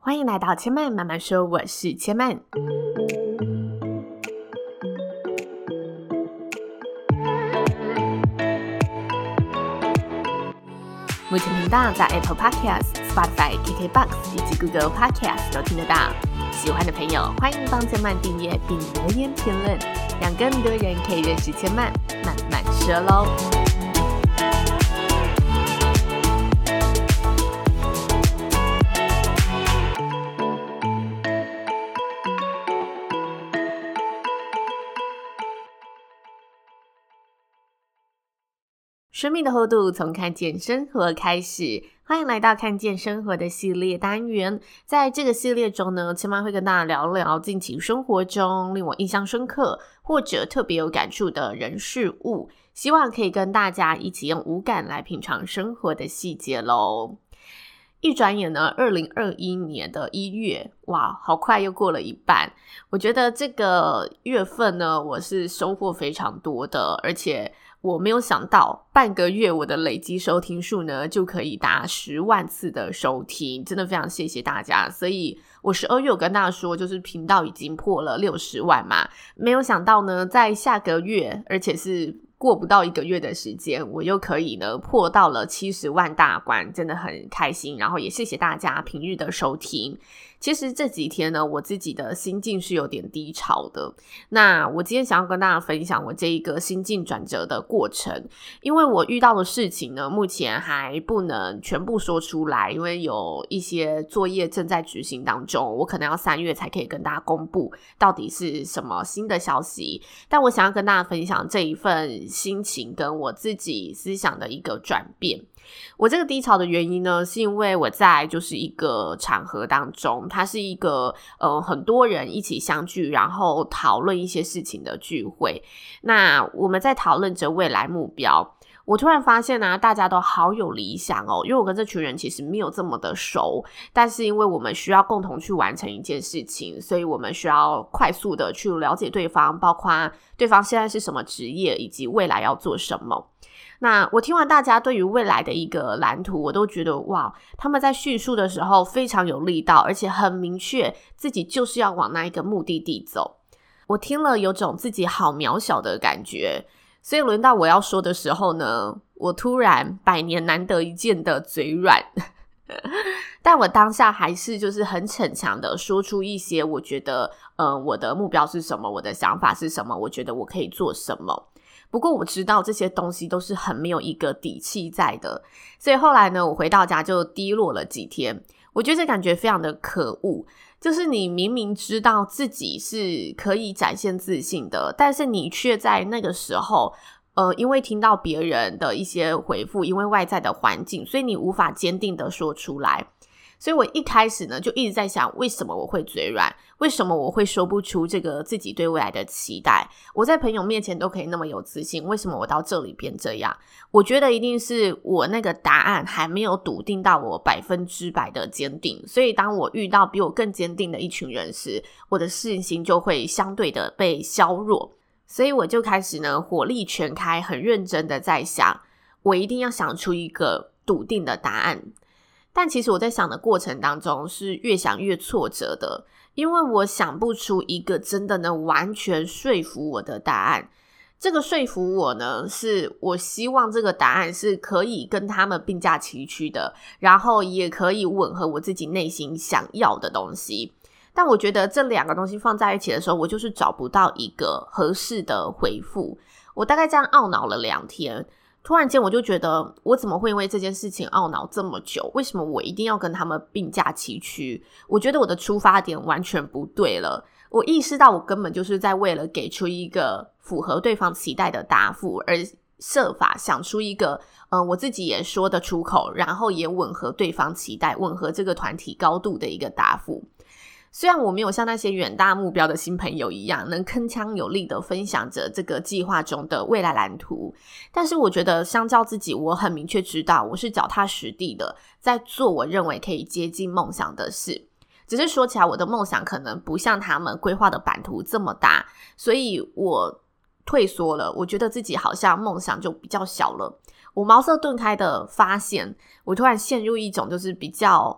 欢迎来到千曼慢慢说，我是千曼。目前频道在 Apple Podcast、Spotify、KKBOX 以及 Google Podcast 都听得到。喜欢的朋友欢迎帮千曼订阅并留言评论，让更多人可以认识千曼慢慢说咯。生命的厚度从看见生活开始，欢迎来到看见生活的系列单元。在这个系列中呢，千曼会跟大家聊聊近期生活中令我印象深刻或者特别有感触的人事物，希望可以跟大家一起用五感来品尝生活的细节咯。一转眼呢2021年的1月，哇，好快又过了一半。我觉得这个月份呢，我是收获非常多的，而且我没有想到半个月我的累积收听数呢就可以达10万次的收听，真的非常谢谢大家。所以我12月有跟大家说，就是频道已经破了60万嘛，没有想到呢在下个月，而且是过不到1个月的时间，我又可以呢破到了70万大关，真的很开心。然后也谢谢大家平日的收听。其实这几天呢，我自己的心境是有点低潮的。那我今天想要跟大家分享我这一个心境转折的过程，因为我遇到的事情呢，目前还不能全部说出来，因为有一些作业正在执行当中，我可能要3月才可以跟大家公布到底是什么新的消息。但我想要跟大家分享这一份心情跟我自己思想的一个转变。我这个低潮的原因呢，是因为我在就是一个场合当中，它是一个很多人一起相聚，然后讨论一些事情的聚会。那我们在讨论着未来目标，我突然发现大家都好有理想哦，因为我跟这群人其实没有这么的熟，但是因为我们需要共同去完成一件事情，所以我们需要快速的去了解对方，包括对方现在是什么职业，以及未来要做什么。那我听完大家对于未来的一个蓝图，我都觉得哇，他们在叙述的时候非常有力道，而且很明确自己就是要往那一个目的地走。我听了有种自己好渺小的感觉，所以轮到我要说的时候呢，我突然100年难得一见的嘴软但我当下还是就是很逞强的说出一些我觉得我的目标是什么，我的想法是什么，我觉得我可以做什么。不过我知道这些东西都是很没有一个底气在的，所以后来呢，我回到家就低落了几天。我觉得这感觉非常的可恶，就是你明明知道自己是可以展现自信的，但是你却在那个时候因为听到别人的一些回复，因为外在的环境，所以你无法坚定的说出来。所以我一开始呢就一直在想，为什么我会嘴软，为什么我会说不出这个自己对未来的期待，我在朋友面前都可以那么有自信，为什么我到这里变这样。我觉得一定是我那个答案还没有笃定到我100%的坚定，所以当我遇到比我更坚定的一群人时，我的信心就会相对的被削弱。所以我就开始呢火力全开，很认真的在想，我一定要想出一个笃定的答案。但其实我在想的过程当中是越想越挫折的，因为我想不出一个真的能完全说服我的答案。这个说服我呢，是我希望这个答案是可以跟他们并驾齐驱的，然后也可以吻合我自己内心想要的东西。但我觉得这两个东西放在一起的时候，我就是找不到一个合适的回复。我大概这样懊恼了2天，突然间我就觉得，我怎么会因为这件事情懊恼这么久？为什么我一定要跟他们并驾齐驱？我觉得我的出发点完全不对了。我意识到我根本就是在为了给出一个符合对方期待的答复，而设法想出一个我自己也说得出口，然后也吻合对方期待，吻合这个团体高度的一个答复。虽然我没有像那些远大目标的新朋友一样能铿锵有力的分享着这个计划中的未来蓝图，但是我觉得相较自己，我很明确知道我是脚踏实地的在做我认为可以接近梦想的事。只是说起来，我的梦想可能不像他们规划的版图这么大，所以我退缩了。我觉得自己好像梦想就比较小了。我茅塞顿开的发现，我突然陷入一种就是比较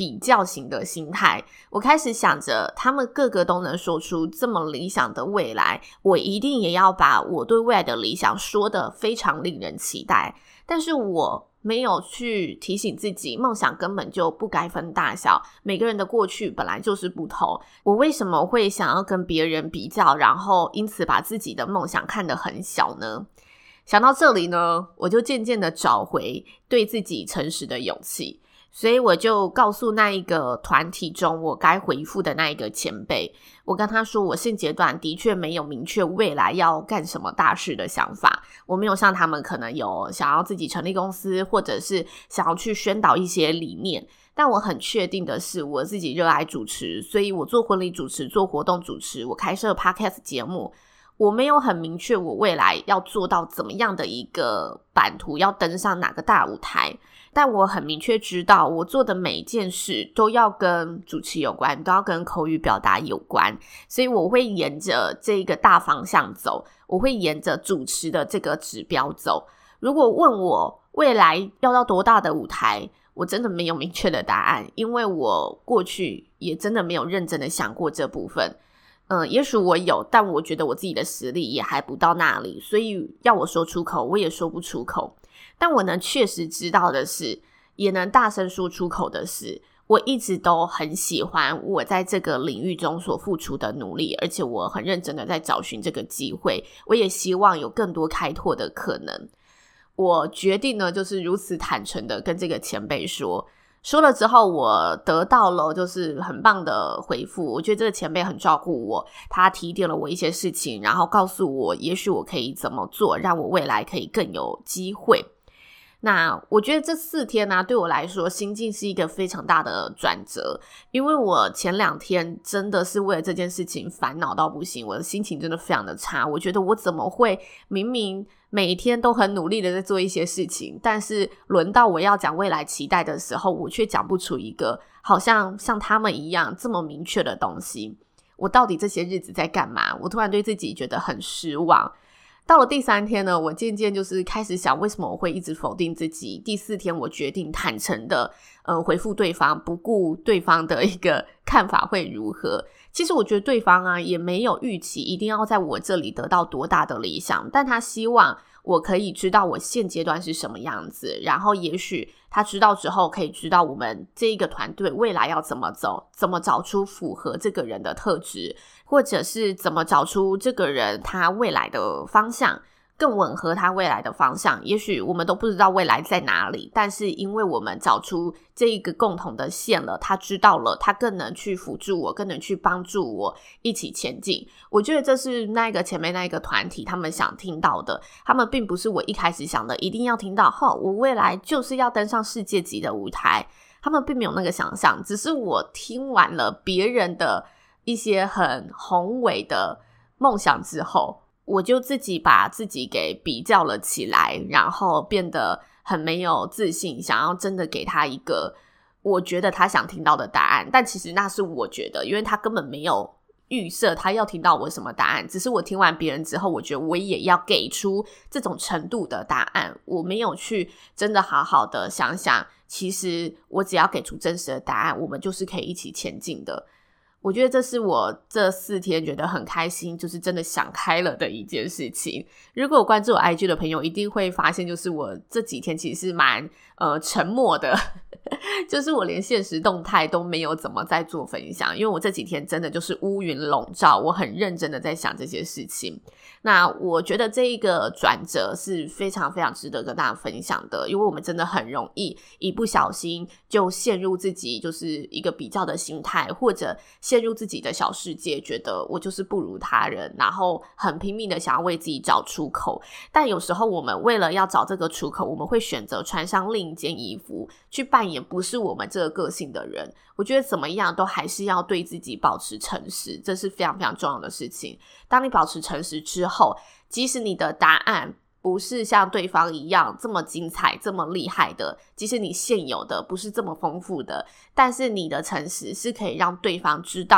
比较型的心态。我开始想着他们个个都能说出这么理想的未来，我一定也要把我对未来的理想说得非常令人期待。但是我没有去提醒自己，梦想根本就不该分大小，每个人的过去本来就是不同。我为什么会想要跟别人比较，然后因此把自己的梦想看得很小呢？想到这里呢，我就渐渐的找回对自己诚实的勇气，所以我就告诉那一个团体中我该回复的那一个前辈，我跟他说我现阶段的确没有明确未来要干什么大事的想法，我没有像他们可能有想要自己成立公司，或者是想要去宣导一些理念，但我很确定的是我自己热爱主持，所以我做婚礼主持，做活动主持，我开设 podcast 节目，我没有很明确我未来要做到怎么样的一个版图，要登上哪个大舞台，但我很明确知道我做的每一件事都要跟主持有关，都要跟口语表达有关，所以我会沿着这个大方向走，我会沿着主持的这个指标走。如果问我未来要到多大的舞台，我真的没有明确的答案，因为我过去也真的没有认真的想过这部分。也许我有，但我觉得我自己的实力也还不到那里，所以要我说出口我也说不出口。但我能确实知道的是，也能大声说出口的是，我一直都很喜欢我在这个领域中所付出的努力，而且我很认真的在找寻这个机会，我也希望有更多开拓的可能。我决定呢，就是如此坦诚的跟这个前辈说了之后，我得到了就是很棒的回复。我觉得这个前辈很照顾我，他提点了我一些事情，然后告诉我也许我可以怎么做，让我未来可以更有机会。那我觉得这4天啊，对我来说心境是一个非常大的转折，因为我前2天真的是为了这件事情烦恼到不行，我的心情真的非常的差。我觉得我怎么会明明每一天都很努力的在做一些事情，但是轮到我要讲未来期待的时候，我却讲不出一个好像他们一样这么明确的东西。我到底这些日子在干嘛？我突然对自己觉得很失望。到了第3天呢，我渐渐就是开始想为什么我会一直否定自己。第4天我决定坦诚的回复对方，不顾对方的一个看法会如何。其实我觉得对方啊也没有预期一定要在我这里得到多大的理想，但他希望我可以知道我现阶段是什么样子，然后也许他知道之后可以知道我们这一个团队未来要怎么走，怎么找出符合这个人的特质，或者是怎么找出这个人他未来的方向更吻合他未来的方向。也许我们都不知道未来在哪里，但是因为我们找出这一个共同的线了，他知道了，他更能去辅助我，更能去帮助我一起前进。我觉得这是那个前面那个团体他们想听到的，他们并不是我一开始想的一定要听到我未来就是要登上世界级的舞台，他们并没有那个想象，只是我听完了别人的一些很宏伟的梦想之后，我就自己把自己给比较了起来，然后变得很没有自信，想要真的给他一个我觉得他想听到的答案。但其实那是我觉得，因为他根本没有预设他要听到我什么答案，只是我听完别人之后，我觉得我也要给出这种程度的答案。我没有去真的好好的想想，其实我只要给出真实的答案，我们就是可以一起前进的。我觉得这是我这4天觉得很开心，就是真的想开了的一件事情。如果有关注我 IG 的朋友一定会发现，就是我这几天其实是蛮沉默的就是我连现实动态都没有怎么在做分享，因为我这几天真的就是乌云笼罩，我很认真的在想这些事情。那我觉得这一个转折是非常非常值得跟大家分享的，因为我们真的很容易一不小心就陷入自己就是一个比较的心态，或者陷入自己的小世界，觉得我就是不如他人，然后很拼命的想要为自己找出口。但有时候我们为了要找这个出口，我们会选择穿上另一件衣服，去扮演不是我们这个个性的人。我觉得怎么样都还是要对自己保持诚实，这是非常非常重要的事情。当你保持诚实之后，即使你的答案不是像对方一样这么精彩这么厉害的，即使你现有的不是这么丰富的，但是你的诚实是可以让对方知道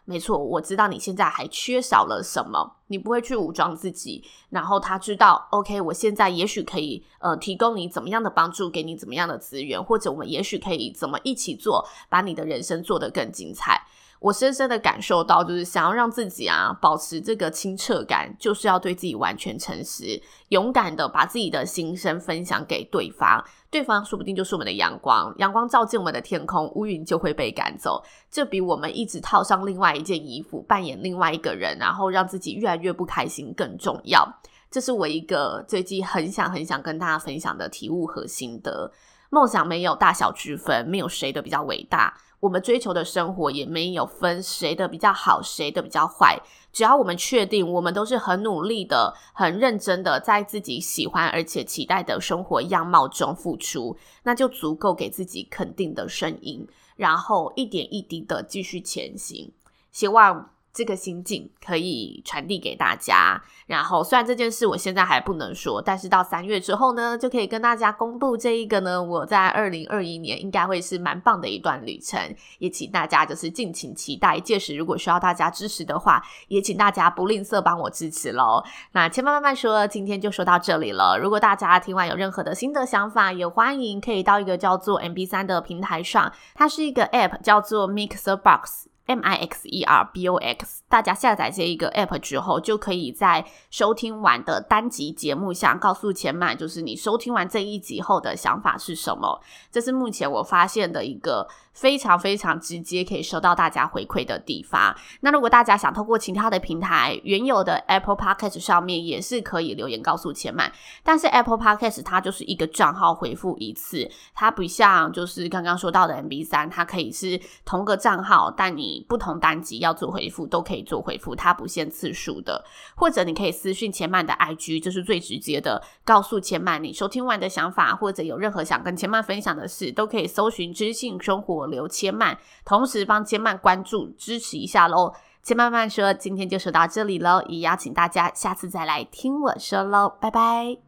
没错，我知道你现在还缺少了什么，你不会去武装自己，然后他知道 OK 我现在也许可以提供你怎么样的帮助，给你怎么样的资源，或者我们也许可以怎么一起做，把你的人生做得更精彩。我深深的感受到，就是想要让自己保持这个清澈感，就是要对自己完全诚实，勇敢的把自己的心声分享给对方，对方说不定就是我们的阳光，阳光照进我们的天空，乌云就会被赶走，这比我们一直套上另外一件衣服，扮演另外一个人，然后让自己越来越不开心更重要。这是我一个最近很想跟大家分享的体悟和心得。梦想没有大小之分，没有谁的比较伟大，我们追求的生活也没有分谁的比较好，谁的比较坏，只要我们确定我们都是很努力的，很认真的在自己喜欢而且期待的生活样貌中付出，那就足够给自己肯定的声音，然后一点一滴的继续前行。希望这个心境可以传递给大家，然后虽然这件事我现在还不能说，但是到3月之后呢，就可以跟大家公布这一个呢，我在2021年应该会是蛮棒的一段旅程，也请大家就是敬请期待，届时如果需要大家支持的话，也请大家不吝啬帮我支持咯。那千慢慢说，今天就说到这里了，如果大家听完有任何的新的想法，也欢迎可以到一个叫做 MB3 的平台上，它是一个 App 叫做 Mixerbox，MIXERBOX， 大家下载这一个 app 之后，就可以在收听完的单集节目下告诉千曼，就是你收听完这一集后的想法是什么。这是目前我发现的一个非常非常直接可以收到大家回馈的地方。那如果大家想透过其他的平台，原有的 Apple Podcast 上面也是可以留言告诉千曼，但是 Apple Podcast 它就是一个账号回复一次，它不像就是刚刚说到的 MB3， 它可以是同个账号，但你不同单集要做回复都可以做回复，它不限次数的。或者你可以私讯千曼的 IG， 这是最直接的，告诉千曼你收听完的想法，或者有任何想跟千曼分享的事，都可以搜寻知性生活刘千曼，同时帮千曼关注支持一下咯。千慢慢说今天就说到这里咯，也邀请大家下次再来听我说咯，拜拜。